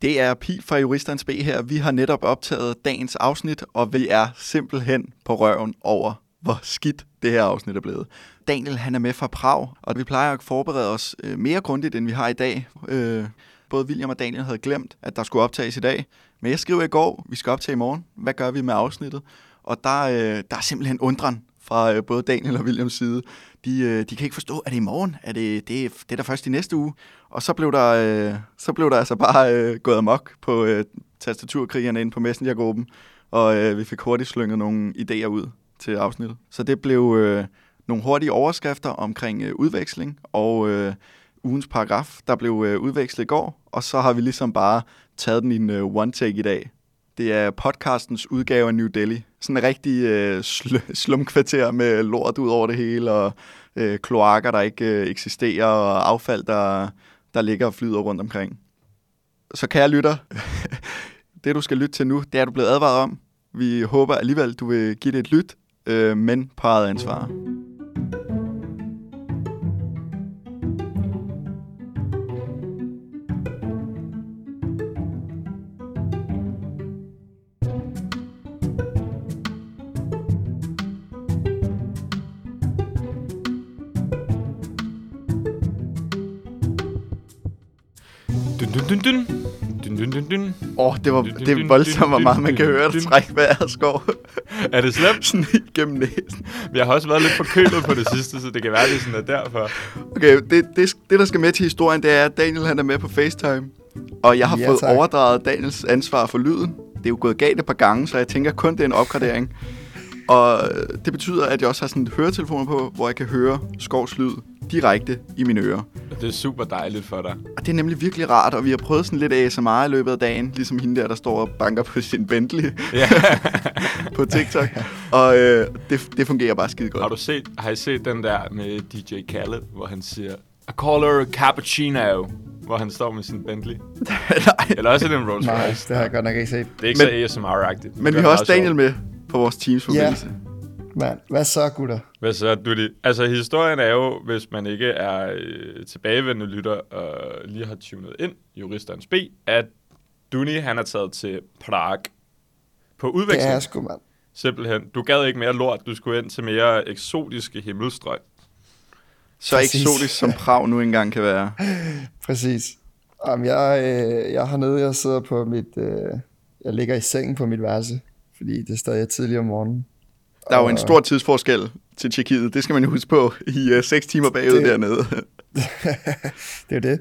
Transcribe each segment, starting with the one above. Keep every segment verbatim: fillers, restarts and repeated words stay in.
Det er Pi fra Juristernes B her. Vi har netop optaget dagens afsnit, og vi er simpelthen på røven over, hvor skidt det her afsnit er blevet. Daniel, han er med fra Prag, og vi plejer at forberede os mere grundigt, end vi har i dag. Både William og Daniel havde glemt, at der skulle optages i dag. Men jeg skriver i går, vi skal optage i morgen. Hvad gør vi med afsnittet? Og der, der er simpelthen undren fra både Daniel og Williams side. De, de kan ikke forstå, at det er i morgen? Er det, det, det er der først i næste uge? Og så blev der, så blev der altså bare gået amok på tastaturkrigerne inde på Messenger-gruppen, og vi fik hurtigt slynget nogle idéer ud til afsnittet. Så det blev øh, nogle hurtige overskrifter omkring øh, udveksling og øh, ugens paragraf, der blev øh, udvekslet i går, og så har vi ligesom bare taget den i en øh, one-take i dag. Det er podcastens udgave af New Delhi. Sådan en rigtig øh, sl- slumkvarter med lort ud over det hele, og øh, kloakker, der ikke øh, eksisterer, og affald, der, der ligger og flyder rundt omkring. Så kære lytter, det du skal lytte til nu, det er du blevet advaret om. Vi håber alligevel, du vil give det et lyt, øh, men på eget ansvar. Dun, dun, dun, dun. Dun, dun, dun, dun. Åh, oh, det var det er voldsomt, hvor meget man kan høre, der trække vejret skov. Er det slemt? Sådan igennem næsen. Jeg har også været lidt forkølet på det sidste, så det kan være, det sådan er derfor. Okay, det, det, det der skal med til historien, det er, at Daniel han er med på FaceTime. Og jeg har ja, fået tak. overdraget Daniels ansvar for lyden. Det er jo gået galt et par gange, så jeg tænker kun, det er en opgradering. Og det betyder, at jeg også har sådan et høretelefoner på, hvor jeg kan høre Skovs lyd direkte i mine ører. Det er super dejligt for dig. Og det er nemlig virkelig rart, og vi har prøvet sådan lidt A S M R i løbet af dagen, ligesom hende der, der står og banker på sin Bentley ja. på TikTok. Og øh, det, det fungerer bare skide godt. Har du set, har I set den der med D J Khaled, hvor han siger, I call her a cappuccino, hvor han står med sin Bentley? Nej. Eller også er det en Rolls Royce? Nej, det har jeg godt nok ikke set. Det er ikke men, så A S M R-agtigt. Men vi har også Daniel med på vores Teams-forbindelse. Ja. Man, hvad så, gutter? Hvad så, Dudi? Altså, historien er jo, hvis man ikke er øh, tilbagevendende lytter og lige har tunet ind i Juristernes B, at Duni, han er taget til Prag på udveksling. Det er sgu, mand. Simpelthen. Du gad ikke mere lort. Du skulle ind til mere eksotiske himmelstrøg. Så Præcis. eksotisk som Prag nu engang kan være. Præcis. Jamen, jeg, øh, jeg hernede, jeg sidder på mit... Øh, jeg ligger i sengen på mit værelse, fordi det er stadig tidligere om morgenen. Der er jo en stor tidsforskel til Tjekkiet. Det skal man jo huske på i uh, seks timer bagud det, dernede. det er det.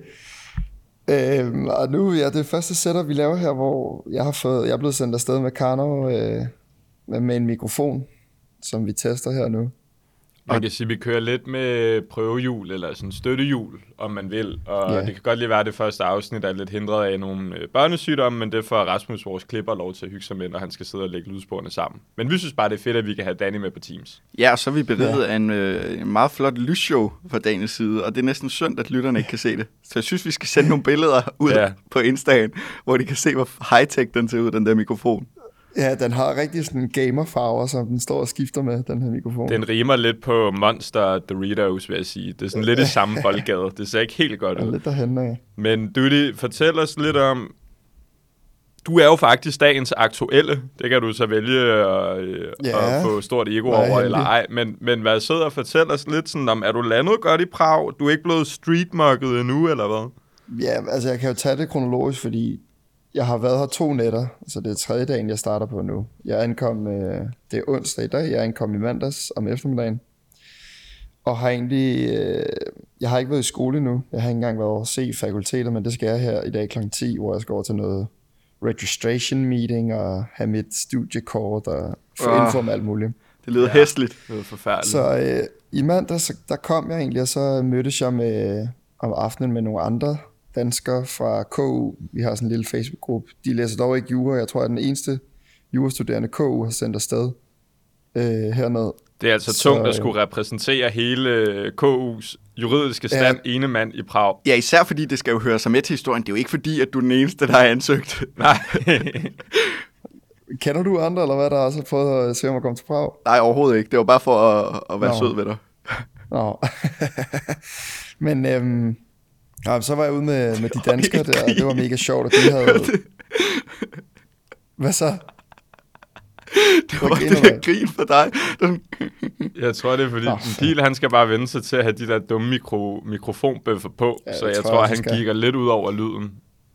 Øhm, og nu, ja, det første setup, vi laver her, hvor jeg har fået, jeg er blevet sendt afsted med Karno øh, med, med en mikrofon, som vi tester her nu. Man kan sige, at vi kører lidt med prøvehjul, eller sådan støttehjul, om man vil. Og yeah. det kan godt lige være, at det første afsnit er lidt hindret af nogle børnesygdomme, men det får Rasmus, vores klipper, lov til at hygge sig med, når han skal sidde og lægge lydsporene sammen. Men vi synes bare, det er fedt, at vi kan have Danny med på Teams. Ja, og så er vi beriget yeah. af en, øh, en meget flot lysshow fra Daniels side, og det er næsten synd, at lytterne ikke kan se det. Så jeg synes, vi skal sende nogle billeder ud yeah. på Instagram, hvor de kan se, hvor high-tech den ser ud, den der mikrofon. Ja, den har rigtig sådan gamerfarver, som den står og skifter med, den her mikrofon. Den rimer lidt på Monster Doritos, vil jeg sige. Det er sådan lidt i samme boldgade. Det ser ikke helt godt ud. Lidt derhen af. Men Dudi, fortæl os lidt om... Du er jo faktisk dagens aktuelle. Det kan du så vælge at, ja, at få stort ego over, heldig. Eller ej. Men, men hvad sidder og fortæl os lidt sådan om, er du landet godt i Prag? Du er ikke blevet streetmugged endnu, eller hvad? Ja, altså jeg kan jo tage det kronologisk, fordi... Jeg har været her to nætter, så det er tredje dagen, jeg starter på nu. Jeg ankom, øh, det er onsdag i dag, jeg ankom i mandags om eftermiddagen. Og har egentlig, øh, jeg har ikke været i skole endnu. Jeg har ikke engang været over at se fakulteter, men det skal jeg her i dag klokken ti, hvor jeg skal over til noget registration meeting og have mit studiekort og få oh, info om alt muligt. Det lyder ja, hæsligt. Det lyder forfærdeligt. Så øh, i mandags, der kom jeg egentlig, og så mødtes jeg med, om aftenen med nogle andre danskere fra K U. Vi har sådan en lille Facebook-gruppe. De læser dog ikke jura. Jeg tror, jeg er den eneste jurastuderende K U har sendt afsted øh, hernede. Det er altså så tungt at skulle repræsentere hele K U's juridiske stand, ja, ene mand i Prag. Ja, især fordi det skal jo høre sig med til historien. Det er jo ikke fordi, at du er den eneste, der har ansøgt. Nej. Kender du andre, eller hvad, der også har prøvet at se, om at komme til Prag? Nej, overhovedet ikke. Det var bare for at, at være Nå. sød ved dig. Nå. Men øhm, Ja, så var jeg ude med, med de danskere der, og det var mega sjovt, og de havde... Hvad så? Det var det der grin for dig. Jeg tror, det er fordi, oh, Pil, han skal bare vende sig til at have de der dumme mikro, mikrofonbøffer på, ja, så jeg tror, tror han skal. kigger lidt ud over lyden.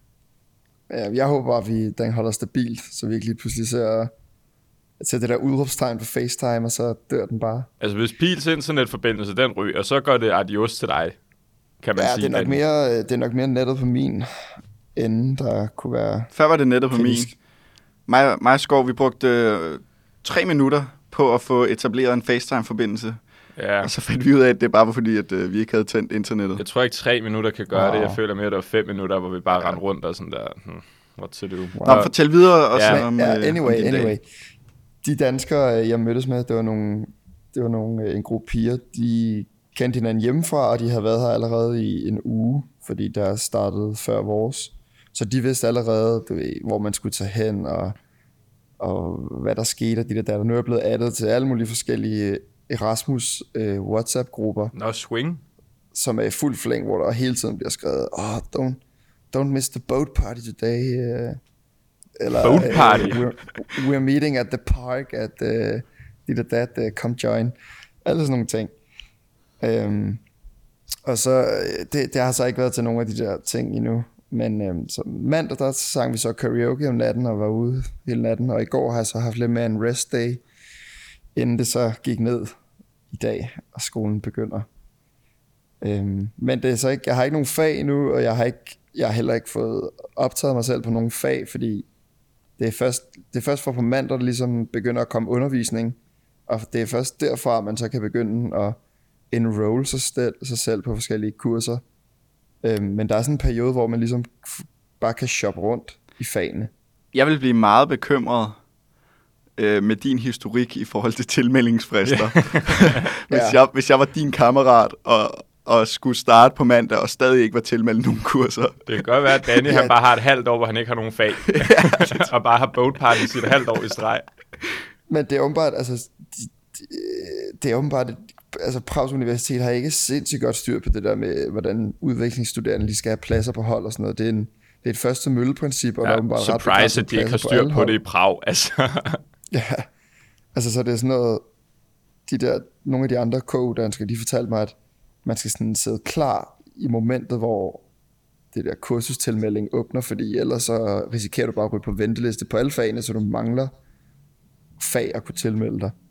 Ja, jeg håber bare, at vi, den holder stabilt, så vi ikke lige pludselig ser, ser det der udråbstegn på FaceTime, og så dør den bare. Altså, hvis Pils internetforbindelse, den ryger, så går det adios til dig, kan man ja, sige. Ja, det er nok mere, det er nok mere nettet på min, end der kunne være... Før var det nettet på kritisk. Min. Mig, mig og Skov, vi brugte øh, tre minutter på at få etableret en FaceTime-forbindelse. Ja. Og så fandt vi ud af, at det bare var fordi, at øh, vi ikke havde tændt internettet. Jeg tror ikke, tre minutter kan gøre oh. det. Jeg føler mere, at det var fem minutter, hvor vi bare rendte rundt og sådan der, hmm, what to do. Wow. Nå, fortæl videre også ja. om, ja, anyway, om anyway. Dag. De danskere, jeg mødtes med, det var, nogle, det var nogle, en gruppe piger, de kendte hinanden hjemmefra, og de havde været her allerede i en uge, fordi der startede før vores. Så de vidste allerede, du ved, hvor man skulle tage hen, og og hvad der skete, og de der der. Nu er jeg blevet addet til alle mulige forskellige Erasmus øh, WhatsApp-grupper. Nå, swing. Som er i fuld flæng, hvor der hele tiden bliver skrevet, oh, don't, don't miss the boat party today. Uh, eller, boat party? Uh, we're, we're meeting at the park at uh, de der dat, uh, come join. Alle sådan nogle ting. Um, og så, det, det har så ikke været til nogle af de der ting endnu. Men øhm, så mandag, der sang vi så karaoke om natten og var ude hele natten. Og i går har jeg så haft lidt mere en rest day, inden det så gik ned i dag, og skolen begynder. Øhm, men det er så ikke, jeg har ikke nogen fag endnu, og jeg har, ikke, jeg har heller ikke fået optaget mig selv på nogen fag, fordi det er først, det er først for på mandag, der ligesom begynder at komme undervisning. Og det er først derfra, man så kan begynde at enroll sig, stel, sig selv på forskellige kurser. Øhm, men der er sådan en periode, hvor man ligesom bare kan shoppe rundt i fagene. Jeg vil blive meget bekymret øh, med din historik i forhold til tilmeldingsfrister. hvis, ja. jeg, hvis jeg var din kammerat og, og skulle starte på mandag og stadig ikke var tilmeldt nogen kurser. Det kan godt være, at Danny ja. han bare har et halvt år, hvor han ikke har nogen fag. og bare har boat party sit halvt år i streg. Men det er åbenbart, altså, det, det er åbenbart, altså Prags Universitet har ikke sindssygt godt styr på det der med, hvordan udvekslingsstuderende lige skal have pladser på hold og sådan noget. Det er, en, det er et første mølleprincip, og ja, der er åbenbart ret surprise, at de ikke har styr på, på det i Prag, altså. Ja, altså så det er sådan noget, de der, nogle af de andre K U-danskere, de fortalte mig, at man skal sådan sidde klar i momentet, hvor det der kursustilmelding åbner, fordi ellers så risikerer du bare at ryge på venteliste på alle fagene, så du mangler fag at kunne tilmelde dig.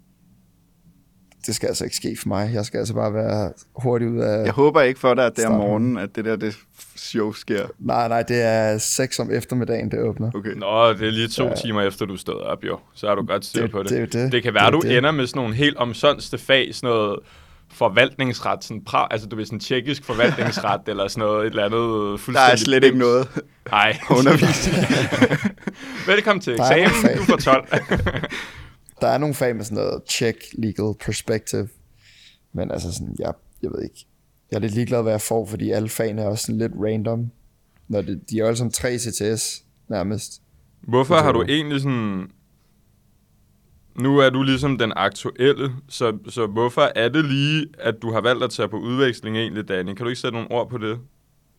Det skal altså ikke ske for mig. Jeg skal altså bare være hurtigt ud af... Jeg håber ikke for dig, at det er om morgenen, at det der det show sker. Nej, nej, det er seks om eftermiddagen, det åbner. Okay. Nå, det er lige to ja. timer efter, du stod op, jo. Så har du godt styr det, på det. Det, det, det kan være, det, du det. ender med sådan nogle helt omsonste fag, sådan noget forvaltningsret, sådan pra- altså du ved, sådan tjekkisk forvaltningsret, eller sådan noget, et eller andet fuldstændig... Der er slet ikke noget. Nej. Undervisning. Velkommen til eksamen, du får tolv. Der er nogle fag med sådan noget check legal perspective, men altså sådan, jeg, jeg ved ikke, jeg er lidt ligeglad, hvad jeg får, fordi alle fagene er også sådan lidt random, når det, de er jo alle sammen tre C T S nærmest. Hvorfor har du egentlig sådan, nu er du ligesom den aktuelle, så, så hvorfor er det lige, at du har valgt at tage på udveksling egentlig, Danny? Kan du ikke sætte nogle ord på det?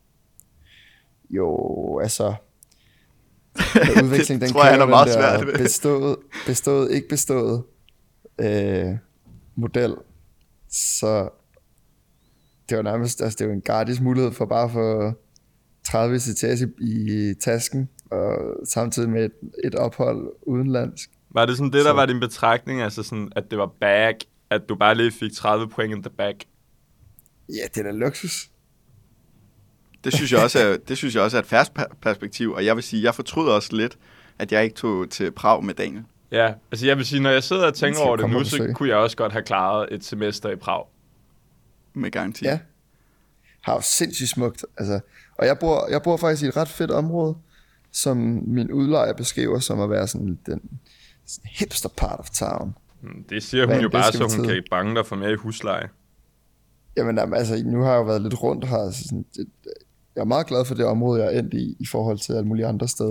Jo, altså... udveksling, den tror jeg, han er meget svært ved. bestået, bestået, ikke bestået øh, model, så det var nærmest, altså det var en gratis mulighed for bare at få tredive C T S i, i tasken, og samtidig med et, et ophold udenlandsk. Var det sådan det, der så. var din betragtning, altså sådan, at det var bag, at du bare lige fik tredive point in the bag? Ja, det er da luksus. Det synes jeg også er, det synes jeg også er et færst perspektiv, og jeg vil sige, jeg fortryder også lidt, at jeg ikke tog til Prag med Daniel. Ja, altså jeg vil sige, når jeg sidder og tænker over det nu, så kunne jeg også godt have klaret et semester i Prag. Med garanti. Ja. Har jo sindssygt smukt, altså. Og jeg bor, jeg bor faktisk i et ret fedt område, som min udlejer beskriver som at være sådan den sådan hipster part of town. Det siger hun Hvad jo bare, så hun kan bange dig for mere i husleje. Jamen altså, nu har jeg jo været lidt rundt her, altså sådan, det, jeg er meget glad for det område, jeg er endt i, i forhold til alle mulige andre steder.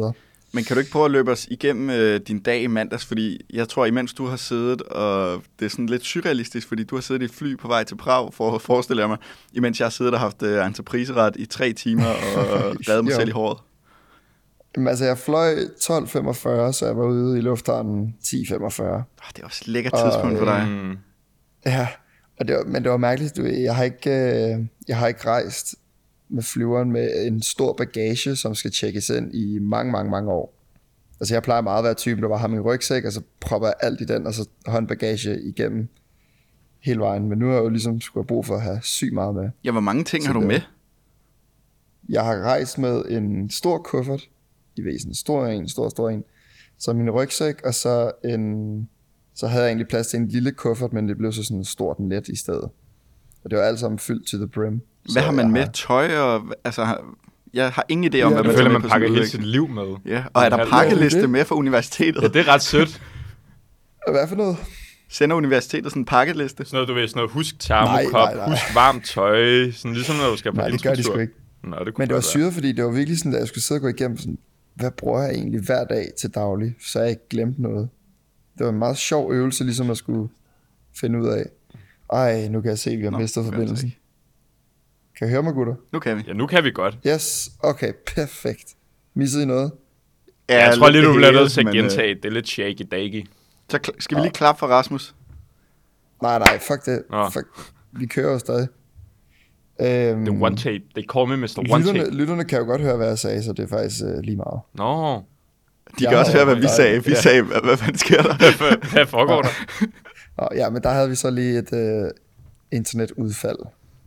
Men kan du ikke prøve at løbe os igennem øh, din dag i mandags? Fordi jeg tror, imens du har siddet, og det er sådan lidt surrealistisk, fordi du har siddet i et fly på vej til Prag, for at forestille mig, imens jeg har siddet og haft øh, entrepriseret i tre timer og reddet mig selv i håret. Jamen, altså, jeg fløj tolv femogfyrre, så jeg var ude i lufthavnen ti femogfyrre. Oh, det er også et lækkert tidspunkt og, for dig. Mm. Ja, og det var, men det var mærkeligt. Du, jeg, har ikke, øh, jeg har ikke rejst med flyveren med en stor bagage, som skal tjekkes ind i mange, mange, mange år. Altså, jeg plejer meget at være typen, der bare har min rygsæk, og så propper jeg alt i den, og så håndbagage igennem hele vejen. Men nu har jeg jo ligesom skulle have brug for at have sygt meget med. Ja, hvor mange ting så har du det, med? Jeg har rejst med en stor kuffert, i væsen, stor en, stor, stor en, så min rygsæk, og så en, så havde jeg egentlig plads til en lille kuffert, men det blev så sådan stort net i stedet. Og det var alt sammen fyldt to the brim. Hvad har man med? Har... Tøj og, altså, jeg har ingen idé om, ja, hvad man føler, man man pakker hele sit liv med. Ja, og er der pakkeliste med fra universitetet? Ja, det er ret sødt. Hvad for noget? Sender universitetet sådan en pakkeliste? Sådan noget, du ved, sådan noget, husk termokop, husk varmt tøj, sådan ligesom når du skal på nej, det gør de sgu ikke. Nå, det men det var syret, fordi det var virkelig sådan, at jeg skulle sidde og gå igennem sådan, hvad bruger jeg egentlig hver dag til daglig, så jeg ikke glemt noget. Det var en meget sjov øvelse, ligesom at skulle finde ud af, ej, nu kan jeg se, at vi har Nå, mistet forbindelsen. Kan I høre mig, gutter? Nu kan vi. Ja, nu kan vi godt. Yes, okay, perfekt. Missede I noget? Ja, jeg tror lige, du bliver nødt til at gentage. Det er lidt shaky-dagy. Så skal vi lige klappe for Rasmus? Nej, nej, fuck det. Oh. Fuck. Vi kører jo stadig. Um, The one tape. They call me mister One lytterne, Tape. Lytterne kan jo godt høre, hvad jeg sagde, så det er faktisk uh, lige meget. Nå. No. De kan også høre, hvad vi sagde. Vi ja. sagde, hvad, hvad fanden sker der? Hvad foregår der? Nå, ja, men der havde vi så lige et uh, internetudfald.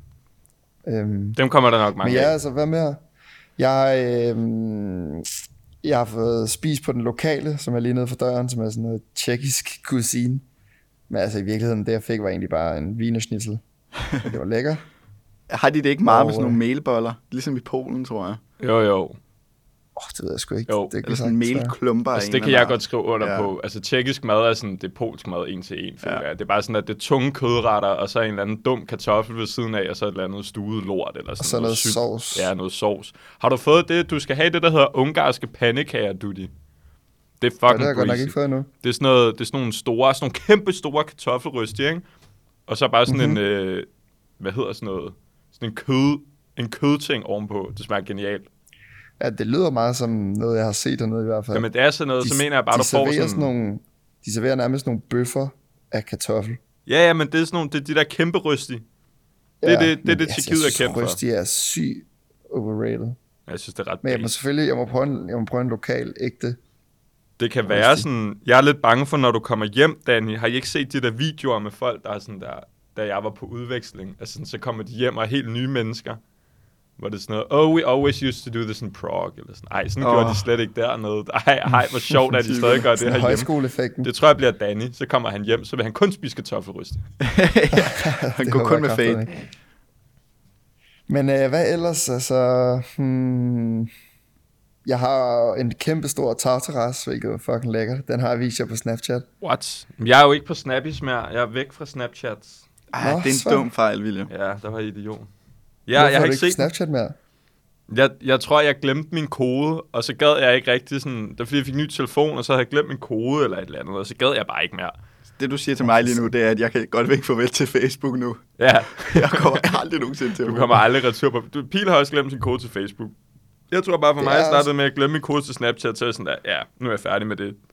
Um, Dem kommer der nok mange Men ja, af. altså, hvad med? Jeg, um, jeg har fået spist på den lokale, som er lige nede for døren, som er sådan noget tjekkisk cuisine. Men altså, i virkeligheden, det jeg fik, var egentlig bare en wienerschnitzel. Det var lækker. Har de det ikke meget og, med sådan nogle melboller? Ligesom i Polen, tror jeg. Jo, jo. Åh, oh, det ved jeg sgu ikke. Jo. Det eller sådan melklumper. Altså, det kan jeg godt skrive under ja. på. Altså, tjekkisk mad er sådan, det er polsk mad en til en. Ja. Det er bare sådan, at det er tunge kødretter, og så en eller anden dum kartoffel ved siden af, og så et eller andet stuet lort. Eller sådan og så noget, noget sovs. Ja, noget sovs. Har du fået det? Du skal have det, der hedder ungarske pandekager, Dudi. Det er fucking ja, det har jeg godt nok ikke fået endnu. Det er sådan noget, det er sådan nogle store, sådan nogle kæmpe store kartoffelryster, ikke? Og så bare sådan mm-hmm. en, øh, hvad hedder sådan noget? Sådan en kød, en kødting ovenpå. Det smager genialt. Ja, det lyder meget som noget, jeg har set dernede i hvert fald. Jamen det er sådan noget, de, så mener jeg bare, de du får sådan... sådan nogle, de serverer nærmest nogle bøffer af kartoffel. Ja, ja, men det er sådan nogle, det er de der kæmpe rysti. Det er ja, det, det, det, det Tjekkiet er kendt for. Rysti er sygt overrated. Jeg synes, det er ret Men jeg må selvfølgelig, jeg må prøve en, jeg må prøve en lokal ægte. Det kan være sådan, jeg er lidt bange for, når du kommer hjem, Danny. Har I ikke set de der videoer med folk, der er sådan der, da jeg var på udveksling? Altså sådan, så kommer de hjem og er helt nye mennesker. Hvor det er sådan noget, oh, we always used to do this in Prague. Eller sådan, ej, sådan oh. gjorde de slet ikke dernede. Ej, ej, hvor sjovt, at de stadig gør det her højskoleeffekten. Det tror jeg bliver Danny. Så kommer han hjem, så vil han kun spise kartoffelryst. Ja, han går kun med fade. Men øh, hvad ellers? Altså, hmm, jeg har en kæmpe stor tartaras, hvilket er fucking lækkert. Den har jeg vist jer på Snapchat. What? Jeg er jo ikke på Snappies mere. Jeg er væk fra Snapchat. Ej, det er en svært. Dum fejl, William. Ja, der var idiot. Ja, hvorfor jeg har ikke set Snapchat mere? Jeg, jeg tror, jeg glemte min kode, og så gad jeg ikke rigtig sådan... Det var fordi, jeg fik en ny telefon, og så havde jeg glemt min kode eller et eller andet, og så gad jeg bare ikke mere. Det, du siger til mig lige nu, det er, at jeg kan godt væk farvel til Facebook nu. Ja. Jeg kommer aldrig nogensinde til. Du kommer aldrig retur på... Du, Pil har også glemt sin kode til Facebook. Jeg tror bare for det mig, jeg startede også med at glemme min kode til Snapchat, så er sådan der, ja, nu er jeg færdig med det.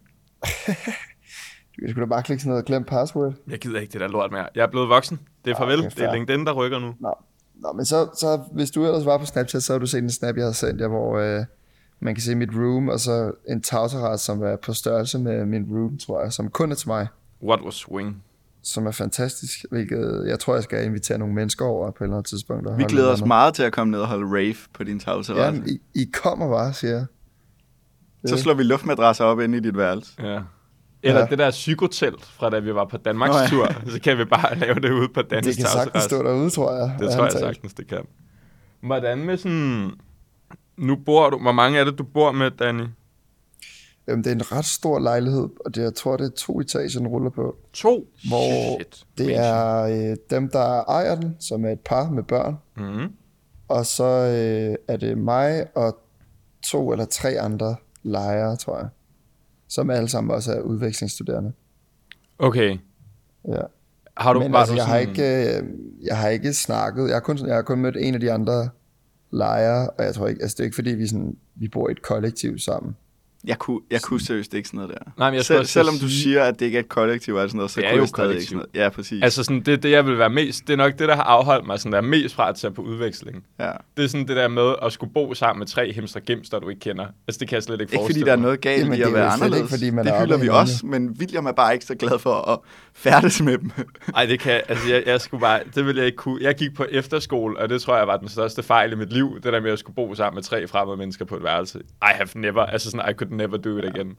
Du kan sgu da bare klikke sådan noget glem password. Jeg gider ikke det der lort mere. Jeg er blevet voksen. Det er farvel. Okay, det er LinkedIn, der rykker nu. Nå, Nå men så, så hvis du ellers var på Snapchat, så har du set en snap, jeg havde sendt jer, hvor øh, man kan se mit room, og så en tartaras, som er på størrelse med min room, tror jeg, som kun er til mig. What was swing? Som er fantastisk, hvilket jeg tror, jeg skal invitere nogle mennesker over på et eller andet tidspunkt. Vi glæder os meget til at komme ned og holde rave på din tartaras. Ja, I, I kommer bare, siger jeg. Så slår vi luftmadrasser op inde i dit værelse. Ja. Eller ja. Det der psykotelt fra da vi var på Danmarks oh, ja. tur, så kan vi bare lave det ude på Danmarks Det kan sagtens stå derude, tror jeg. Det tror jeg sagtens, det kan. Hvordan med sådan... Nu bor du... Hvor mange er det, du bor med, Danny? Jamen, det er en ret stor lejlighed, og det, jeg tror, det er to etager, den ruller på. To? Hvor Shit. det er øh, dem, der ejer den, som er et par med børn. Mm-hmm. Og så øh, er det mig og to eller tre andre lejere, tror jeg. Som alle sammen også er udvekslingsstuderende. Okay. Ja. Har du, Men var altså, du jeg, sådan... har ikke, øh, jeg har ikke snakket. Jeg har kun, jeg har kun mødt en af de andre lejere, og jeg tror ikke, altså det er ikke fordi, vi, sådan, vi bor i et kollektiv sammen. Jeg kunne, jeg kunne seriøst ikke sådan noget der. Nej, men jeg Selv, selvom sige, du siger, at det ikke er et kollektiv eller sådan noget, så det er kunne jo jeg stadig kollektiv. ikke sådan noget. Ja, præcis. Altså sådan, det, det jeg vil være mest, det er nok det, der har afholdt mig sådan der mest fra at tage på udveksling. Ja. Det er sådan det der med at skulle bo sammen med tre hemster gemster, du ikke kender. Altså det kan jeg slet ikke Ikke forestille fordi der er mig. noget galt Jamen, i det er at være jo slet anderledes. ikke, fordi man det er hylder oppe vi i også, men William er bare ikke så glad for at færdes med dem. Ej, det kan altså jeg, jeg skulle bare, det ville jeg ikke kunne. Jeg gik på efterskole, og det tror jeg var den største fejl i mit liv, det der med at skulle bo sammen med tre fremmede mennesker på et værelse. I have never, altså sådan, I could never do it again.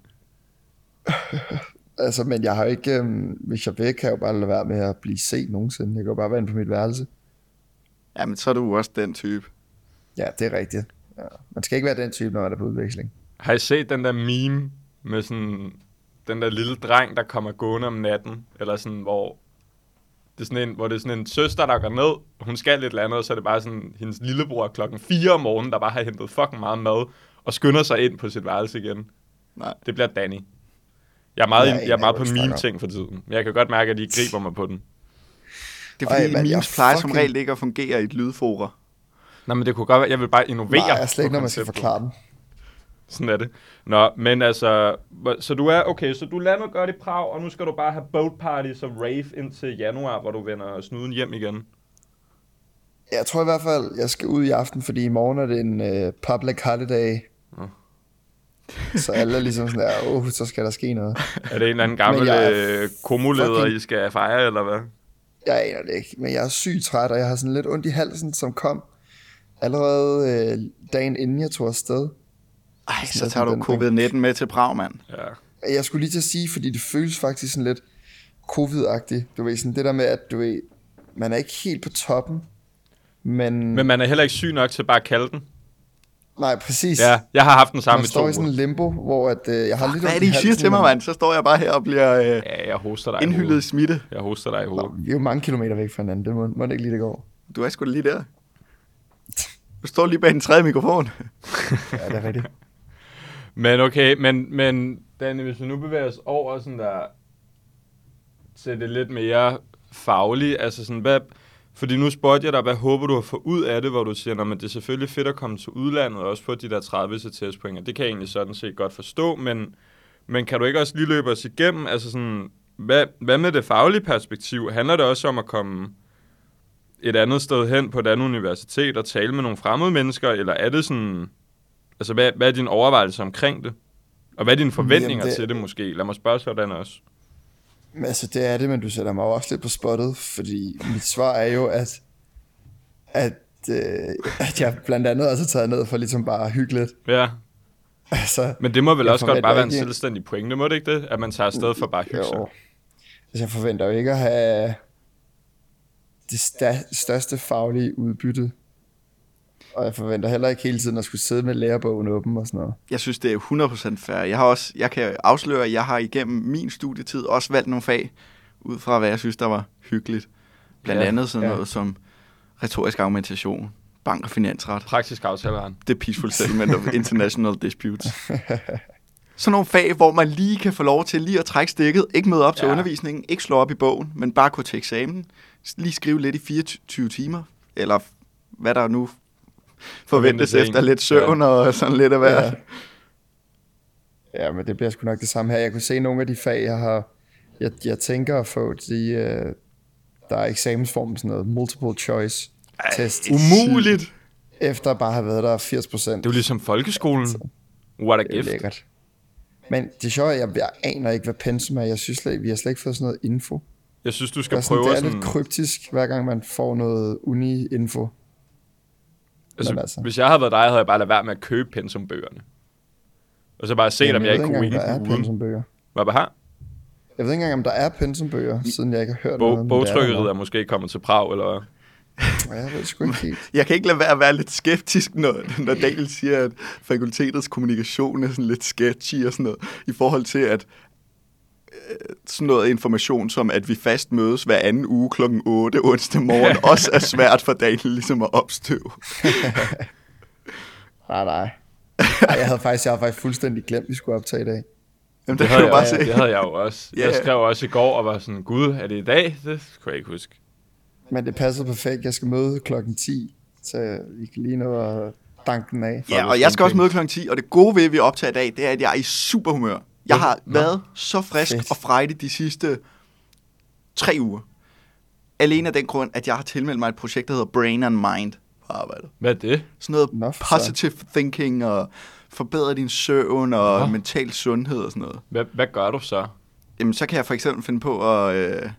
Altså, men jeg har ikke, øhm, hvis jeg vil, kan jeg jo bare lade være med at blive set nogensinde. Jeg kan jo bare være inde på mit værelse. Ja, men så er du også den type. Ja, det er rigtigt. Ja. Man skal ikke være den type, når man er på udveksling. Har I set den der meme med sådan den der lille dreng, der kommer gående om natten, eller sådan, hvor det er sådan en, hvor det er sådan en søster, der går ned, hun skal lidt eller andet, og så er det bare sådan hendes lillebror klokken fire om morgenen, der bare har hentet fucking meget mad, og skynder sig ind på sit værelse igen. Nej. Det bliver Danny. Jeg er meget, Ja, jeg er meget jeg på meme-ting for tiden, men jeg kan godt mærke, at de griber mig på den. Det er fordi, Ej, mand, memes jeg plejer fucking- som regel ikke at fungere i et lydforer. Nå, men det kunne godt være, jeg vil bare innovere. Nej, jeg slet ikke, på når man skal konceptet. forklare den. Sådan er det. Nå, men altså, hvor- så du er, okay, så du lander godt i Prag, og nu skal du bare have boat parties og rave indtil januar, hvor du vender snuden hjem igen. Jeg tror i hvert fald, jeg skal ud i aften, fordi i morgen er det en uh, public holiday. Nå. Så alle er ligesom sådan der, åh, oh, så skal der ske noget. Er det en eller anden gammel Men jeg er øh, komoleder, fucking- I skal fejre, eller hvad? Jeg aner det ikke, men jeg er sygt træt, og jeg har sådan lidt ondt i halsen, som kom allerede øh, dagen inden jeg tog afsted. Ej, så Sådan tager du den- covid nitten med til Prag, mand. Ja. Jeg skulle lige til at sige, fordi det føles faktisk sådan lidt covid-agtigt. Du ved, sådan det der med, at du ved, man er ikke helt på toppen, men... Men man er heller ikke syg nok til bare at kalde den. Nej, præcis. Ja, jeg har haft den samme Man i to står i uger. sådan en limbo, hvor at, øh, jeg har lidt Hvad er ondt det, i I siger halsen, til mig, men- mand? Så står jeg bare her og bliver øh, Ja, jeg hoster dig i indhyldet i hovedet. smitte. Jeg hoster dig i Nå, hovedet. vi er jo mange kilometer væk fra hinanden. Det må, må det ikke lige det går. Du er sgu da lige der. Du står lige bag den tredje mikrofon. Ja, det er rigtigt. Men okay, men, men Danny, hvis vi nu bevæger os over sådan der, til det lidt mere faglige, altså sådan, hvad, fordi nu spurgte jeg dig, hvad håber du at få ud af det, hvor du siger, men det er selvfølgelig fedt at komme til udlandet, og også få de der tredive C T S-point, det kan jeg egentlig sådan set godt forstå, men, men kan du ikke også lige løbe os igennem, altså sådan, hvad, hvad med det faglige perspektiv? Handler det også om at komme et andet sted hen på et andet universitet og tale med nogle fremmede mennesker, eller er det sådan, altså hvad, hvad er din overvejelse omkring det? Og hvad er dine forventninger Jamen, det- til det måske? Lad mig spørge sådan også. Men altså, det er det, men du sætter mig jo også lidt på spottet, fordi mit svar er jo, at, at, øh, at jeg blandt andet også har taget ned for ligesom bare hyggeligt. Ja, Altså, men det må vel Jeg også godt forventer bare være en ikke- selvstændig pointe, må det ikke det? At man tager afsted for bare at hygge sig. jo. Altså, jeg forventer jo ikke at have det sta- største faglige udbytte. Og jeg forventer heller ikke hele tiden at skulle sidde med lærebogen åben og sådan noget. Jeg Jeg synes, det er hundrede procent fair. Jeg har også, jeg kan afsløre, at jeg har igennem min studietid også valgt nogle fag, ud fra hvad jeg synes, der var hyggeligt. Blandt Ja, andet sådan ja. noget som retorisk argumentation, bank- og finansret, Praktisk aftaleret. The Peaceful Settlement of International Disputes. Sådan nogle fag, hvor man lige kan få lov til lige at trække stikket, ikke møde op til Ja. undervisningen, ikke slå op i bogen, men bare gå til eksamen, lige skrive lidt i fireogtyve timer, eller hvad der nu forventes Forventes en. efter lidt søvn ja. og sådan lidt af hvert. Ja. Ja, men det bliver sgu nok det samme her. Jeg kunne se nogle af de fag, jeg har, jeg, jeg tænker at få, de, øh, der er eksamensform sådan noget, multiple choice test. Umuligt! Efter bare at have været der firs procent. Det er jo ligesom folkeskolen. What a Det er gift. lækkert. Men det sjove er, at jeg, jeg aner ikke, hvad pensum er. Jeg synes slet, vi har slet ikke fået sådan noget info. Jeg synes, du Det skal er, sådan, prøve det er sådan... lidt kryptisk, hver gang man får noget uni-info. Altså, Men altså. Hvis jeg havde været dig, havde jeg bare ladet være med at købe pensumbøgerne. Og så bare set, om jeg ikke kunne ved ikke engang, ingen der er uden. pensumbøger. Hvad var her? Jeg ved ikke engang, om der er pensumbøger, siden jeg ikke har hørt Bog, noget. men det er der bogtrykkeriet nok. er måske kommet til Prag, eller hvad? Ja, jeg ved sgu ikke helt. Jeg kan ikke lade være at være lidt skeptisk, når, når Daniel siger, at fakultetets kommunikation er sådan lidt sketchy og sådan noget, i forhold til, at øh, sådan noget information som, at vi fast mødes hver anden uge klokken otte onsdag morgen, også er svært for Daniel ligesom at opstøve. Nej, nej. Ej, jeg havde faktisk, jeg havde faktisk fuldstændig glemt, at vi skulle optage i dag. Jamen, det, det, havde jeg, bare se. det havde jeg jo også. Yeah. Jeg skrev også i går og var sådan, gud, er det i dag? Det kunne jeg ikke huske. Men det passede perfekt. Jeg skal møde klokken ti, så vi kan lige nå at danke den af. Ja, og jeg skal også møde klokken ti, og det gode ved, at vi optager i dag, det er, at jeg er i super humør. Jeg har Nå. været så frisk Fedt. og frejdig de sidste tre uger. Alene af den grund, at jeg har tilmeldt mig et projekt, der hedder Brain and Mind på arbejdet. Hvad er det? Sådan noget Nå, positive så. thinking og forbedre din søvn og Nå. mental sundhed og sådan noget. Hvad, hvad gør du så? Jamen, så kan jeg for eksempel finde på at... Øh,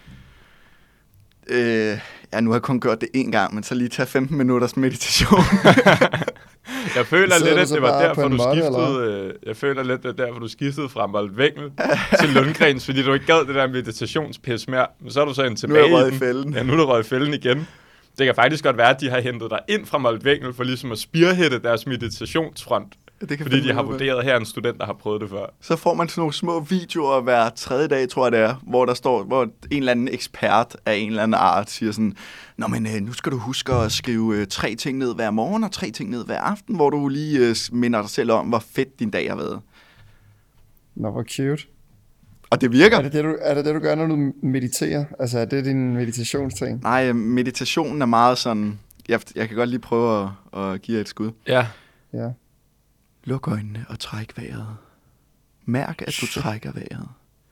øh, ja, nu har jeg kun gjort det én gang, men så lige tage femten minutters meditation. Jeg føler lidt, at det var derfor, du skiftede, øh, jeg føler lidt, at det derfor, du skiftede fra Moltwengel til Lundgrens, fordi du ikke gad det der meditationspis mere. Men så er du så en tilbage nu er jeg i fælden. Ja, nu er du røget i fælden igen. Det kan faktisk godt være, at de har hentet dig ind fra Moltwengel for ligesom at spearheade deres meditationsfront. Det kan fordi de har vurderet, her en student, der har prøvet det før. Så får man sådan nogle små videoer hver tredje dag, tror jeg det er, hvor der står, hvor en eller anden ekspert af en eller anden art siger sådan, nå, men øh, nu skal du huske at skrive øh, tre ting ned hver morgen og tre ting ned hver aften, hvor du lige øh, minder dig selv om, hvor fedt din dag har været. Nå, hvor cute. Og det virker. Er det det, du, er det det, du gør, når du mediterer? Altså, er det din meditationsting? Nej, meditationen er meget sådan, jeg, jeg kan godt lige prøve at, at give jer et skud. Ja. Ja. Luk øjnene og træk vejret. Mærk, at du trækker vejret.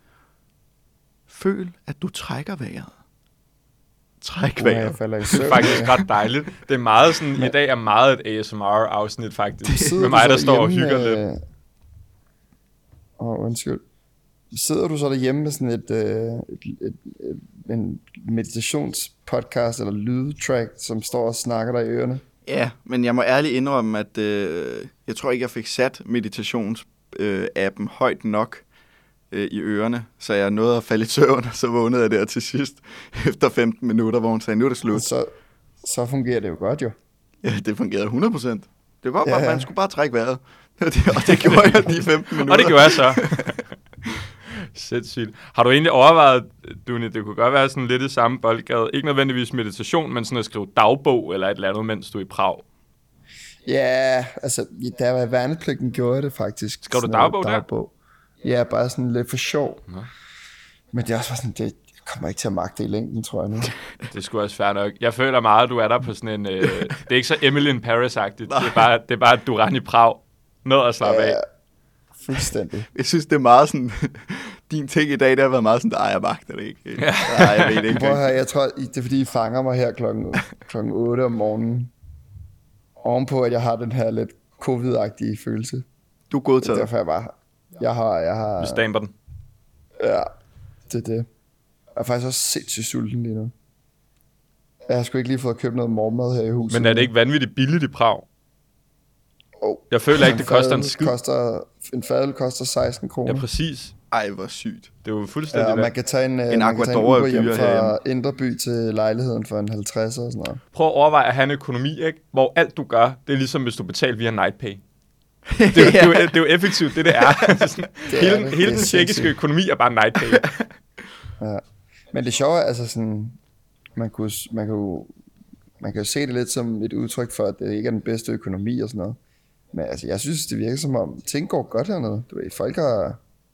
Føl, at du trækker vejret. Træk vejret. Uh, det er faktisk ret dejligt. Det er meget sådan, i dag er meget et A S M R-afsnit faktisk. Med mig, der står og hygger lidt. Åh, oh, undskyld. Sidder du så derhjemme med sådan et, et, et, et, et en meditationspodcast eller lydtrack, som står og snakker dig i ørerne? Ja, men jeg må ærligt indrømme, at øh, jeg tror ikke, jeg fik sat meditations-appen øh, højt nok øh, i ørerne, så jeg nåede at falde i søvn, og så vågnede jeg der til sidst efter femten minutter, hvor hun sagde, nu er det slut. Så, så fungerer det jo godt jo. Ja, det fungerede hundrede procent. Det var bare, ja, ja. Man skulle bare trække vejret, og det, og det gjorde jeg de femten minutter. Og det gjorde jeg så. Sindssygt. Har du egentlig overvejet, Duni, det kunne godt være sådan lidt i samme boldgade, ikke nødvendigvis meditation, men sådan at skrive dagbog eller et eller andet, mens du er i Prag? Ja, altså, der var værnepligten gjorde det faktisk. Skrev du dagbog, dagbog der? Ja, bare sådan lidt for sjov. Ja. Men det er også sådan, det kommer ikke til at magte i længden, tror jeg nu. Det skulle også fair nok. Jeg føler meget, at du er der på sådan en, øh, det er ikke så Emily in Paris-agtigt. Det er bare, det er bare at du render i Prag. Noget at slappe ja, af. Fuldstændig. Jeg synes, det er meget sådan... Din ting i dag, der har været meget sådan, der jeg magter det ikke. Ja. Nej, jeg ved det ikke. Prøv her, jeg tror, det er fordi, I fanger mig her klokken, klokken otte om morgenen. Ovenpå, at jeg har den her lidt covid-agtige følelse. Du er godtaget. Det er derfor, jeg bare... Jeg har... Jeg har Vi stamper den. Ja, det er det. Jeg er faktisk også sindssygt sulten lige nu. Jeg har sgu ikke lige fået købt noget morgenmad her i huset. Men er det ikke vanvittigt billigt i Prag? Oh, jeg føler ikke, det koster en skid. Koster, en fadøl koster seksten kroner. Ja, præcis. Ej, hvor sygt. Det er jo fuldstændig ja, man kan tage en, en Aquadora hjem fra Indre By til lejligheden for en halvtreds og sådan noget. Prøv at overveje at have en økonomi, ikke? Hvor alt du gør, det er ligesom hvis du betaler via NightPay. Det er, det, er jo, det er jo effektivt, det det er. Det er sådan, det hele er det. hele den tjekkiske økonomi er bare NightPay. Ja. Men det sjove er, altså sådan, man kunne, man kan jo, man kan jo se det lidt som et udtryk for, at det ikke er den bedste økonomi og sådan noget. Men altså, jeg synes, det virker som om, ting går godt hernede. Du ved, folk har,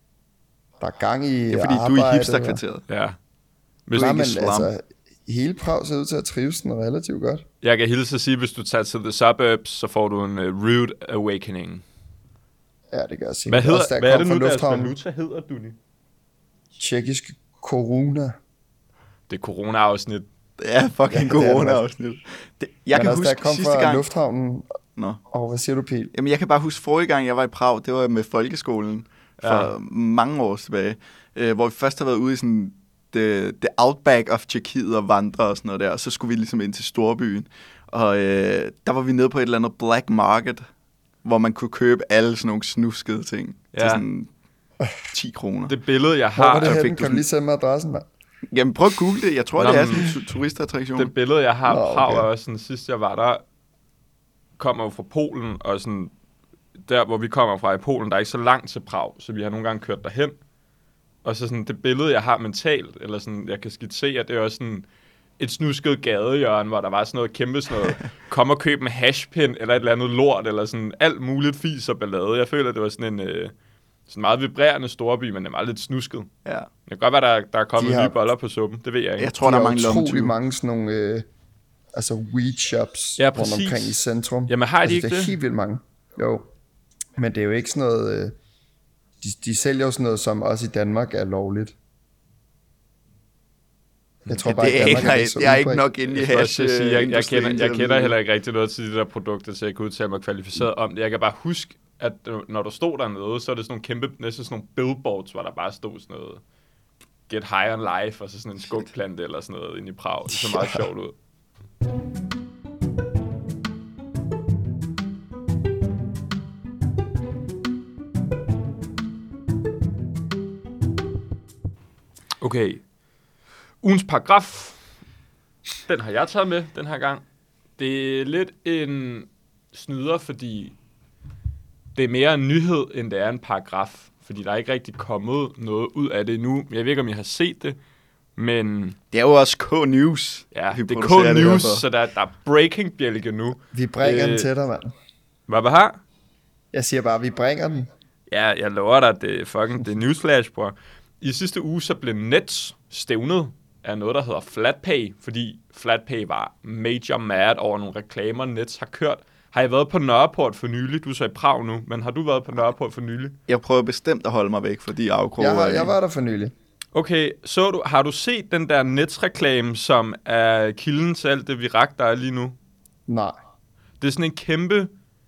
der er gang i ja, fordi arbejde, du er i hipsterkvarteret. Ja. Hvis Nej, men altså, hele Prag ser ud til at trives den relativt godt. Jeg kan hilse at sige, hvis du tager til the suburbs, så får du en uh, rude awakening. Ja, det gør jeg sikkert. Hvad, hedder, også, hvad er det nu, deres valuta hedder, Duni? Tjekkisk corona. Det er corona-afsnit. Ja, fucking ja, corona-afsnit. Det, jeg men kan også, huske kom sidste fra gang... lufthavnen. Nå. Og hvad siger du, Pil? Jamen, jeg kan bare huske forrige gang, jeg var i Prag, det var med folkeskolen for ja. mange år tilbage, øh, hvor vi først har været ude i sådan the, the outback of Tjekkiet og vandre og sådan noget der, og så skulle vi ligesom ind til storbyen. Og øh, der var vi nede på et eller andet black market, hvor man kunne købe alle sådan nogle snuskede ting ja. til sådan ti kroner. Det billede, jeg har... Hvor var det henne? Kan du lige sende mig adressen, mand? Jamen, prøv at google det. Jeg tror, Nå, det er sådan en turistattraktion. Det billede, jeg har af Prag, er også sådan, sidst jeg var der, kommer jo fra Polen, og sådan, der hvor vi kommer fra i Polen, der er ikke så langt til Prag, så vi har nogle gange kørt derhen. Og så sådan, det billede, jeg har mentalt, eller sådan, jeg kan skitsere, det er også sådan, et snusket gadehjørne, hvor der var sådan noget kæmpe sådan noget, kom og køb en hashpin, eller et eller andet lort, eller sådan alt muligt fis og ballade. Jeg føler, det var sådan en øh, sådan meget vibrerende storby, men det var lidt snusket. Ja. Det kan godt være, der, der er kommet de nye har, boller på suppen. Det ved jeg ikke. Jeg tror, de der er mange utrolig mange sådan nogle øh, altså weed shops ja, rundt omkring i centrum. Jamen har de altså, ikke det? det? er helt vildt mange. Jo. Men det er jo ikke sådan noget... Øh, de, de sælger jo sådan noget, som også i Danmark er lovligt. Jeg tror bare, det er, Danmark er, det så jeg er ikke nok inde i hash. Jeg, sige, jeg, jeg, kender, jeg kender heller ikke rigtig noget til de der produkter, så jeg kan udtale mig kvalificeret om det. Jeg kan bare huske, at når du stod dernede, så er det sådan nogle kæmpe, næsten sådan nogle billboards, hvor der bare stod sådan noget Get High on Life, og så sådan en skugplante eller sådan noget inde i Prag. Det så meget ja. sjovt ud. Okay. Ugens paragraf, den har jeg taget med den her gang. Det er lidt en snyder, fordi det er mere en nyhed, end det er en paragraf. Fordi der er ikke rigtig kommet noget ud af det endnu. Jeg ved ikke, om I har set det, men... Det er jo også K-News. Ja, det er K-News, så der, der er breaking-bjælke nu. Vi bringer øh, den til dig, mand. Hvad var her? Jeg siger bare, vi bringer den. Ja, jeg lover dig, det er fucking det er newsflash, bror. I sidste uge så blev Nets stævnet af noget, der hedder FlatPay, fordi FlatPay var major mad over nogle reklamer, Nets har kørt. Har I været på Nørreport for nylig? Du er så i Prag nu, men har du været på Nørreport for nylig? Jeg prøver bestemt at holde mig væk fra de afkroger. Jeg, har, jeg var der for nylig. Okay, så du, har du set den der Nets-reklame, som er kilden til alt det virak, der er lige nu? Nej. Det er sådan en kæmpe,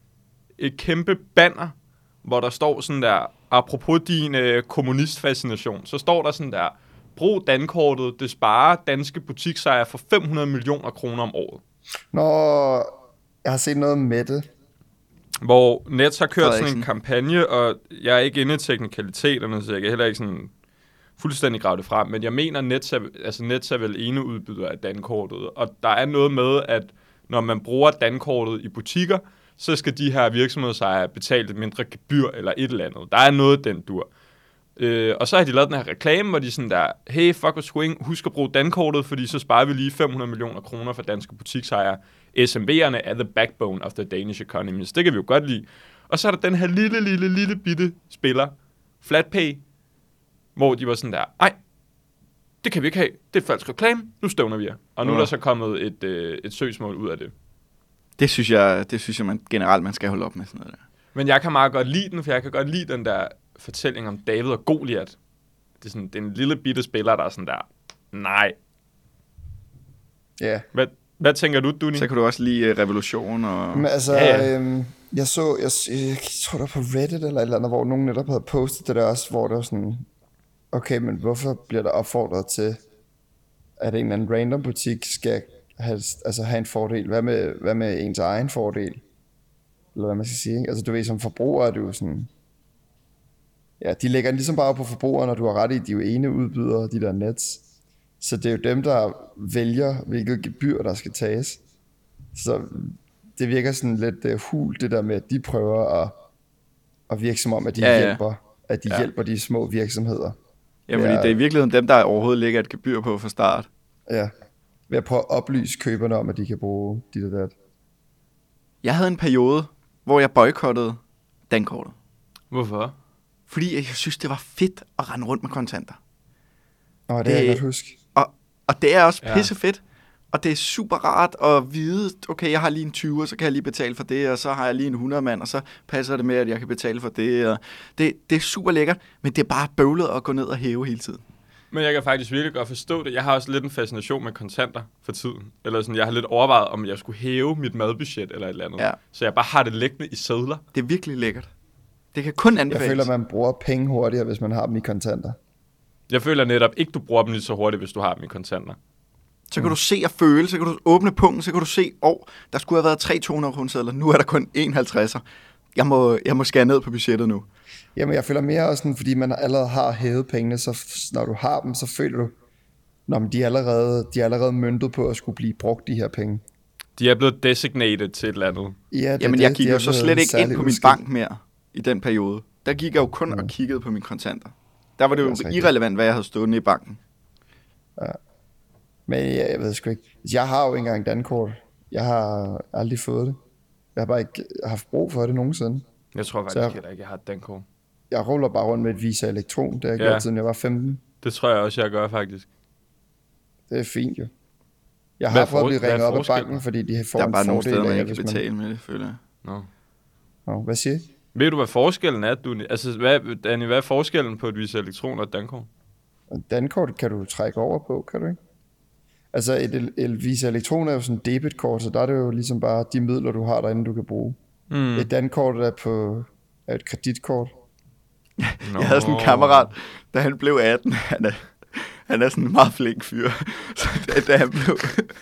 et kæmpe banner, hvor der står sådan der, apropos din øh, kommunistfascination, så står der sådan der, brug dankortet, det sparer danske butiksejere for fem hundrede millioner kroner om året. Nå, jeg har set noget med det. Hvor Nets har kørt sådan en kampagne, og jeg er ikke inde i teknikaliteterne, så jeg kan heller ikke sådan fuldstændig grave det frem, men jeg mener, Nets er, altså Nets er vel ene udbyder af dankortet, og der er noget med, at når man bruger dankortet i butikker, så skal de her virksomhedsejere betale et mindre gebyr eller et eller andet. Der er noget, den dur. Øh, og så har de lavet den her reklame, hvor de sådan der, hey, fuck with swing, husk at bruge dankortet, fordi så sparer vi lige fem hundrede millioner kroner for danske butiksejere. S M V'erne er the backbone of the Danish economy, så det kan vi jo godt lide. Og så er der den her lille, lille, lille bitte spiller, FlatPay, hvor de var sådan der, ej, det kan vi ikke have, det er falsk reklame, nu stævner vi jer. Og nu ja. er der så kommet et, øh, et søgsmål ud af det. Det synes jeg, det synes jeg man, generelt, man skal holde op med sådan noget der. Men jeg kan meget godt lide den, for jeg kan godt lide den der fortælling om David og Goliath. Det er sådan, det er en lille bitte spiller, der er sådan der, nej. Ja. Yeah. Hvad, hvad tænker du, Duni? Så kan du også lide uh, revolution og... Men altså, ja, ja. Øhm, jeg så, jeg, jeg, jeg tror der på Reddit eller et eller andet, hvor nogen netop havde postet det der også, hvor det var sådan, okay, men hvorfor bliver der opfordret til, at en eller anden random butik skal have, altså have en fordel? Hvad med, hvad med ens egen fordel? Eller hvad man skal sige, ikke? Altså du ved, som forbruger er du sådan... Ja, de lægger den ligesom bare på forbrugeren, og du har ret i, de er jo ene udbydere, de der Nets. Så det er jo dem, der vælger, hvilket gebyr, der skal tages. Så det virker sådan lidt uh, hul, det der med, at de prøver at, at virke som om, at de ja, ja. hjælper, at de ja. hjælper de små virksomheder. Ja, fordi det er i virkeligheden dem, der overhovedet lægger et gebyr på fra start. Ja, ved at prøve at oplyse køberne om, at de kan bruge dit og dat. Jeg havde en periode, hvor jeg boykottede dankortet. Hvorfor? Fordi jeg synes, det var fedt at rende rundt med kontanter. Åh, det, det er jeg godt huske. Og, og det er også ja. pisse fedt. Og det er super rart at vide, okay, jeg har lige en tyver, så kan jeg lige betale for det, og så har jeg lige en hundrede mand, og så passer det med, at jeg kan betale for det. Og det, det er super lækkert, men det er bare bøvlet at gå ned og hæve hele tiden. Men jeg kan faktisk virkelig godt forstå det. Jeg har også lidt en fascination med kontanter for tiden. Eller sådan, jeg har lidt overvejet, om jeg skulle hæve mit madbudget eller et eller andet. Ja. Så jeg bare har det liggende i sedler. Det er virkelig lækkert. Det kan kun anbefales. Jeg føler, man bruger penge hurtigere, hvis man har dem i kontanter. Jeg føler netop ikke, du bruger dem lige så hurtigt, hvis du har dem i kontanter. Så kan mm. du se og føle, så kan du åbne punkten, så kan du se, åh, oh, der skulle have været tre to hundrede kroner sedler, nu er der kun en halvtredser. Jeg må, jeg må skære ned på budgettet nu. Jamen, jeg føler mere også sådan, fordi man allerede har hævet pengene, så når du har dem, så føler du, når de er allerede, de er allerede møntet på at skulle blive brugt, de her penge. De er blevet designated til et eller andet. Ja, det, Jamen, det, jeg gik de jo så slet ikke ind på min udskilt. bank mere i den periode. Der gik jeg jo kun mm. og kiggede på mine kontanter. Der var det jo det irrelevant, hvad jeg havde stående i banken. Ja. Men jeg, jeg ved sgu ikke. Jeg har jo ikke engang dankort. Jeg har aldrig fået det. Jeg har bare ikke haft brug for det nogensinde. Jeg tror faktisk heller ikke, jeg har et dankort. Jeg ruller bare rundt med et Visa Elektron. Det har jeg ja. gjort, siden jeg var femten. Det tror jeg også, jeg gør faktisk. Det er fint jo. Jeg har prøvet at blive ringet op af banken, fordi de får en fordel. Der er bare nogle steder, man ikke kan betale med det, føler jeg. Nå. Nå, hvad siger I? Ved du, hvad forskellen er? Du, altså, hvad, Danny, hvad er forskellen på et Visa Elektron og et dankort? Dankort kan du trække over på, kan du ikke? Altså, et, et Visa Elektron er jo sådan et debitkort, så der er det jo ligesom bare de midler, du har derinde, du kan bruge. Mm. Et dankort er på er et kreditkort. No. Jeg havde sådan en kammerat, da han blev atten, han er, han er sådan en meget flink fyr, så da, da han blev...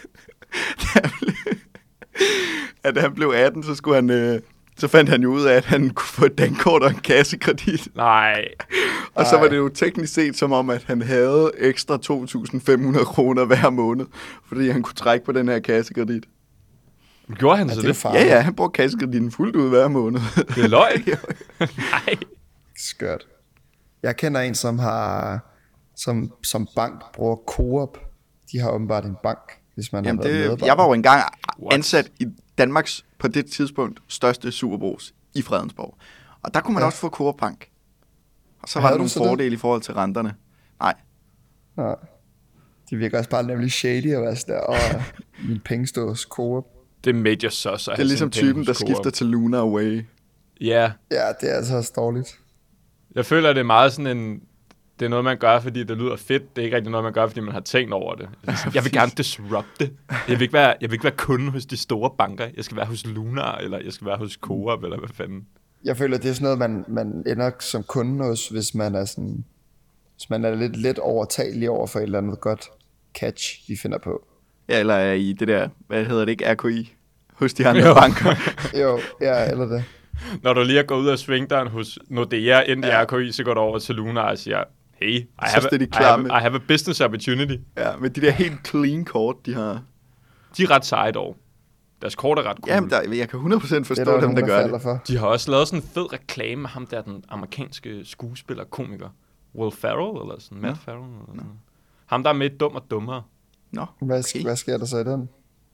da han blev at da han blev atten, så skulle han... Øh, så fandt han jo ud af, at han kunne få et dankort og en kassekredit. Nej. Og så var det jo teknisk set som om, at han havde ekstra to tusind fem hundrede kroner hver måned, fordi han kunne trække på den her kassekredit. Gjorde han så det? det? Ja, ja, han brugte kassekreditten fuldt ud hver måned. Det er løgn? Nej. Skørt. Jeg kender en, som har som, som bank bruger Coop. De har åbenbart en bank, hvis man Jamen har været det, jeg var jo engang ansat i Danmarks på det tidspunkt største superbrus i Fredensborg. Og der kunne man ja. også få Coop Bank. Og så var der nogle fordele det? i forhold til renterne. Nej. Nej. Det virker også bare nemlig shady at være sådan der, og min penge står hos Coop. Det major så så. Det er ligesom typen, der skifter til Luna Away. Ja. Ja, det er altså også dårligt. Jeg føler, det er meget sådan en... Det er noget, man gør, fordi det lyder fedt. Det er ikke rigtig noget, man gør, fordi man har tænkt over det. Jeg vil gerne disrupte. Jeg vil ikke være, jeg vil ikke være kunde hos de store banker. Jeg skal være hos Luna, eller jeg skal være hos Coop, eller hvad fanden. Jeg føler, det er sådan noget, man, man ender som kunde hos, hvis man er sådan... Hvis man er lidt let overtagelig over for et eller andet godt catch, de finder på. Ja, eller er i det der, hvad hedder det ikke, R K I, hos de andre jo. banker. Jo, ja, eller det. Når du lige er gået ud af svingdøren hos Nordea, ind i ja. R K I, så går du over til Luna og siger, hey, I have, a, I, have, I have a business opportunity. Ja, men de der helt clean kort, de har... De er ret seje dog. Deres kort er ret cool. Jamen, der, jeg kan hundrede procent forstå det dem, nogen, der gør der det. For. De har også lavet sådan en fed reklame med ham der, den amerikanske skuespiller, komiker. Will Ferrell, eller sådan, Matt ja. Ferrell, eller sådan. Ham, der er med Dum og Dummere. Nå, hvad, okay. hvad sker der så i den?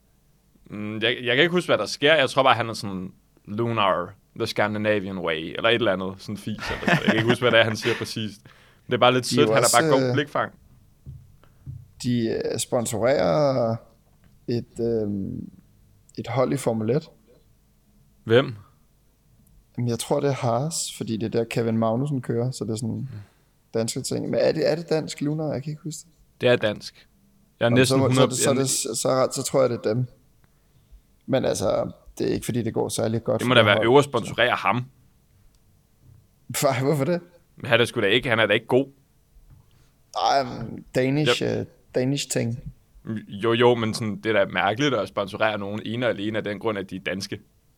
Mm, jeg, jeg kan ikke huske, hvad der sker. Jeg tror bare, han er sådan Lunar, the Scandinavian way, eller et eller andet, sådan fis. Eller så. Jeg kan ikke huske, hvad det er, han siger præcis. Det er bare lidt sødt, han er bare god blikfang. De sponsorerer et, øhm, et hold i Formel et. Hvem? Jeg tror, det er Haas, fordi det er der Kevin Magnussen kører, så det er sådan danske ting. Men er det, er det dansk, Luna? Jeg kan ikke huske det. Det er dansk. Jeg er næsten så, hundrede... så, så, så, så, så, så tror jeg, det er dem. Men altså, det er ikke fordi, det går særlig godt. Det må da være øvre sponsorere ham. Hvorfor det? Han er sgu da ikke, han er da ikke god. Nej, Danish, yep. uh, Danish ting. Jo, jo, men sådan, det er da mærkeligt at sponsorere nogen ene og alene af den grund, at de er danske.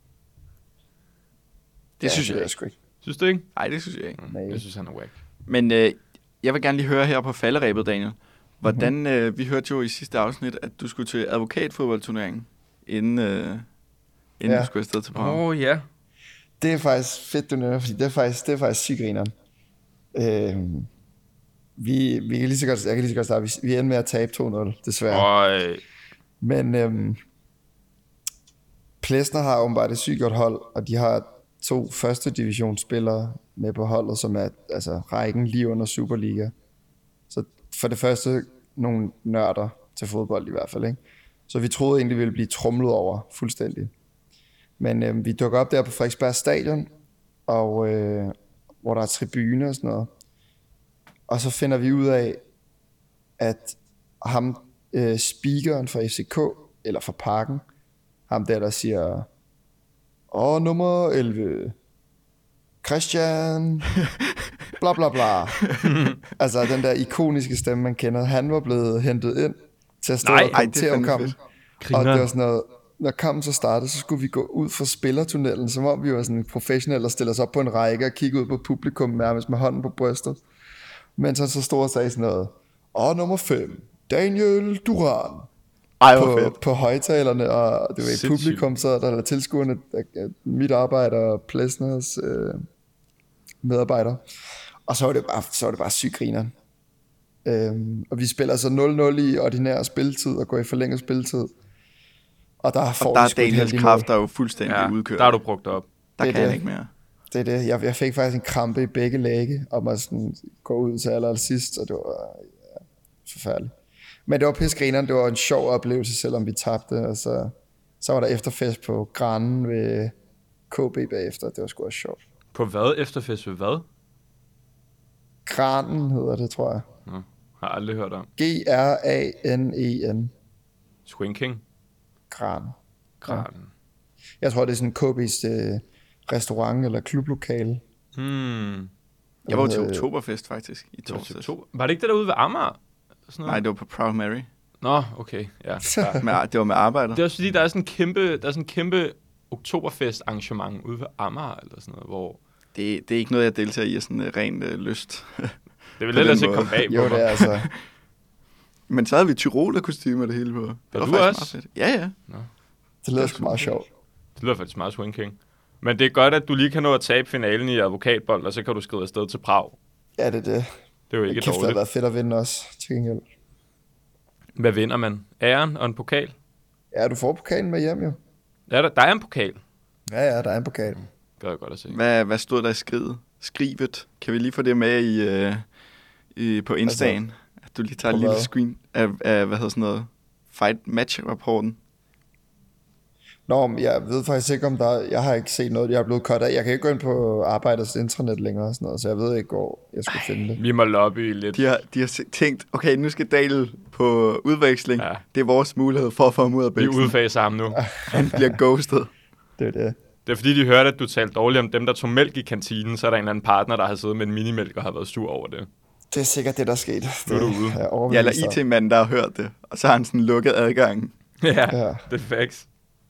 Det ja, synes det jeg ikke. Sgu ikke. Synes du ikke? Nej, det synes jeg ikke. Mm, jeg synes, han er whack. Men øh, jeg vil gerne lige høre her på falderæbet, Daniel. Hvordan, mm-hmm. øh, vi hørte jo i sidste afsnit, at du skulle til advokatfodboldturneringen, inden, øh, inden ja. du skulle afsted til Prag. Åh, oh, ja. Det er faktisk fedt, du nævner, fordi det er faktisk, det er faktisk sygt grineren. Øh, vi, vi kan lige så godt, jeg kan lige så godt starte. Vi, vi ender med at tabe to nul, desværre. Øj. Men øhm, Plesner har åbenbart et sygt godt hold, og de har to første divisionsspillere med på holdet, som er altså rækken lige under Superliga. Så for det første nogle nørder til fodbold i hvert fald, ikke? Så vi troede egentlig, vi ville blive tromlet over fuldstændig. Men øhm, vi dukker op der på Frederiksberg Stadion, og, øh, hvor der er tribuner og sådan noget. Og så finder vi ud af, at ham, øh, speakeren fra F C K, eller fra Parken, ham der, der siger, åh, nummer elleve, Christian, bla bla bla. Altså den der ikoniske stemme, man kender, han var blevet hentet ind til at stå Nej, og kommentere om kampen. Og det var sådan noget, når kampen så startede, så skulle vi gå ud fra spillertunnelen, som om vi var sådan professionelle og stille os op på en række og kigge ud på publikum nærmest med hånden på brystet. Mens han så stod og sagde sådan noget, åh, nummer fem, Daniel Duran. Ej, på, på højtalerne, og det var i publikum, så der var tilskuerne, mit arbejde og Plesners øh, medarbejdere. Og så var det bare, så var det bare sygt grineren. Øhm, og vi spiller så nul nul i ordinær spilletid og går i forlænget spilletid. Og der får og der er Daniels kræfter jo fuldstændig ja, udkørt. Der er du brugt op. Der det kan det. jeg ikke mere. Det er det. Jeg, jeg fik faktisk en krampe i begge lægge, og man sådan gå ud til aller sidst, og det var ja, forfærdeligt. Men det var pissegrineren, det var en sjov oplevelse, selvom vi tabte, og så, så var der efterfest på Granen ved K B bagefter, det var sgu også sjovt. På hvad? Efterfest ved hvad? Granen hedder det, tror jeg. Nå, har aldrig hørt om. G R A N E N. Swing King? Gran. Gran. Jeg tror, det er sådan K B's øh, restaurant eller klublokale. Hmm. Jeg var til Oktoberfest faktisk i torsdags. Var det ikke det derude ved Amager? Sådan Nej, det var på Proud Mary. Nå, okay. Ja. ja. med, det var med arbejder. Det er også fordi, der er sådan en kæmpe, der er sådan en kæmpe Oktoberfest arrangement ude ved Amager eller sådan noget, hvor... Det, det er ikke noget, jeg deltager i af sådan uh, ren uh, lyst. Det vil ellers ikke komme bag på jo, det er altså... Men så havde vi Tyroler-kostymer det hele på. Det var, var du faktisk også? meget fedt. Ja, ja. Nå. Det lyder sgu meget sjovt. Det lyder faktisk meget Swing King. Men det er godt, at du lige kan nå at tabe finalen i advokatbold, og så kan du skride afsted til Prag. Ja, det er det. Det er jo ikke kæft, dårligt. Det har været fedt at vinde også, til gengæld. Hvad vinder man? Æren og en pokal? Ja, du får pokalen med hjem, jo. Ja, der, der er en pokal. Ja, ja, der er en pokal. Det er godt at se. Hvad, hvad stod der i skrivet? Skrivet. Kan vi lige få det med i, uh, i på Insta'en? Altså, at du lige tager et lille screen af, af, hvad hedder sådan noget, fight match-rapporten. Nå, men jeg ved faktisk ikke, om der... Jeg har ikke set noget, jeg er blevet cut af. Jeg kan ikke gå ind på arbejders intranet længere og sådan noget, så jeg ved ikke, hvor jeg skulle finde det. Vi må lobby lidt. De har, de har tænkt, okay, nu skal Daniel på udveksling. Ja. Det er vores mulighed for at få ham ud af bæksen. Vi udfaser ham nu. Han bliver ghostet. Det er det. Det er fordi, de hørte, at du talte dårligt om dem, der tog mælk i kantinen, så er der en eller anden partner, der har siddet med en minimælk og har været sur over det. Det er sikkert det, der er sket. Nu er du ude. Ja, eller I T-manden, der har hørt det, og så har han sådan lukket adgangen. Ja, ja. Det er facts.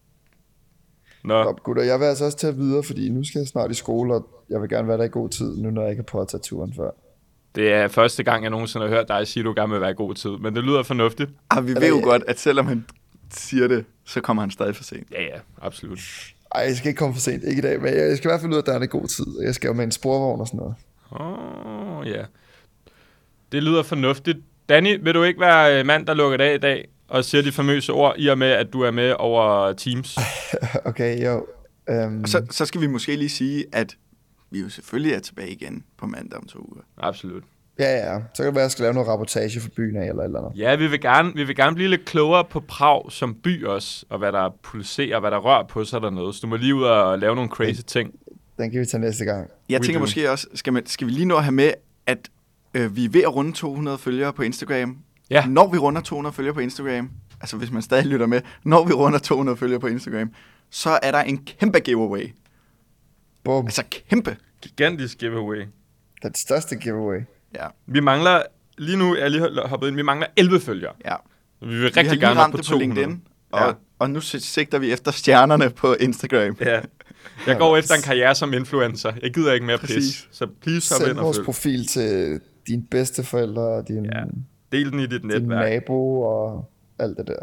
Nå. Nå, gutter, jeg vil altså også tage videre, fordi nu skal jeg snart i skole, og jeg vil gerne være der i god tid, nu når jeg ikke er på at tage turen før. Det er første gang, jeg nogensinde har hørt dig sige, at du gerne vil være i god tid, men det lyder fornuftigt. Ah, vi ved jo godt, at selvom han siger det, så kommer han stadig for sent. Ja, ja, absolut. Ej, jeg skal ikke komme for sent, ikke i dag, men jeg skal i hvert fald ud af, at der er en god tid. Jeg skal jo med en sporvogn og sådan noget. Åh, oh, ja. Det lyder fornuftigt. Danny, vil du ikke være mand, der lukker af i dag, og siger de famøse ord, i og med, at du er med over Teams? Okay, jo. Um... Så, så skal vi måske lige sige, at vi jo selvfølgelig er tilbage igen på mandag om to uger. Absolut. Ja, ja. Så kan det være, at jeg skal lave noget rapportage for byen af, eller eller andet. Ja, vi vil, gerne, vi vil gerne blive lidt klogere på Prag som by også, og hvad der pulserer, hvad der rører på sig dernede. Så du må lige ud og lave nogle crazy ting. Den kan vi tage næste gang. Jeg we tænker do. måske også, skal, man, skal vi lige nå at have med, at øh, vi er ved at runde to hundrede følgere på Instagram. Ja. Når vi runder to hundrede følgere på Instagram, altså hvis man stadig lytter med, når vi runder to hundrede følgere på Instagram, så er der en kæmpe giveaway. Boom. Altså kæmpe. Gigantisk giveaway. Den største giveaway. Ja. Vi mangler, lige nu er jeg lige hoppet ind, vi mangler elleve følgere. Ja. Vi vil rigtig vi gerne op på to hundrede. På LinkedIn, og, ja. og nu sigter vi efter stjernerne på Instagram. Ja. Jeg går efter en karriere som influencer. Jeg gider ikke mere pis. Så please hop ind og følg. Send vores profil til dine bedsteforældre og din, ja. Del den i dit netværk. Din nabo og alt det der.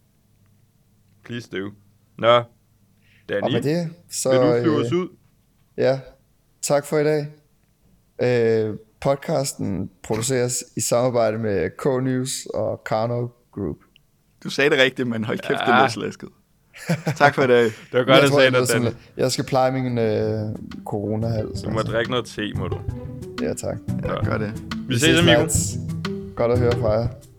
Please do. Nå, Danny, og med det, så, vil du flyve øh, os ud? Ja, tak for i dag. Øh, podcasten produceres i samarbejde med K-News og Karno Group. Du sagde det rigtigt, men hold kæft, ja. Det lød slæsket. Tak for i dag. Det var godt at sige dig, Danny. Jeg skal pleje min øh, corona-hals. Du må drikke noget te, må du. Ja, tak. Ja, gør det. Vi ses, amigo. Godt at høre fra jer.